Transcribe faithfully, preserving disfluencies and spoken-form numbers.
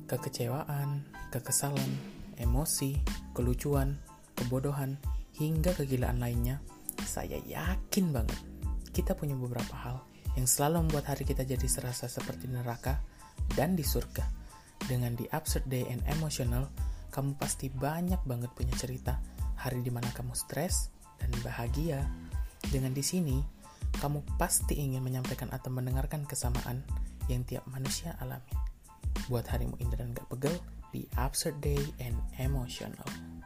kekecewaan, kekesalan, emosi, kelucuan, kebodohan, hingga kegilaan lainnya, saya yakin banget kita punya beberapa hal yang selalu membuat hari kita jadi serasa seperti neraka dan di surga. Dengan The Absurd Day and Emotional, kamu pasti banyak banget punya cerita hari dimana kamu stres dan bahagia. Dengan di sini, kamu pasti ingin menyampaikan atau mendengarkan kesamaan yang tiap manusia alami. Buat harimu indah dan gak pegel, The Absurd Day and Emotional.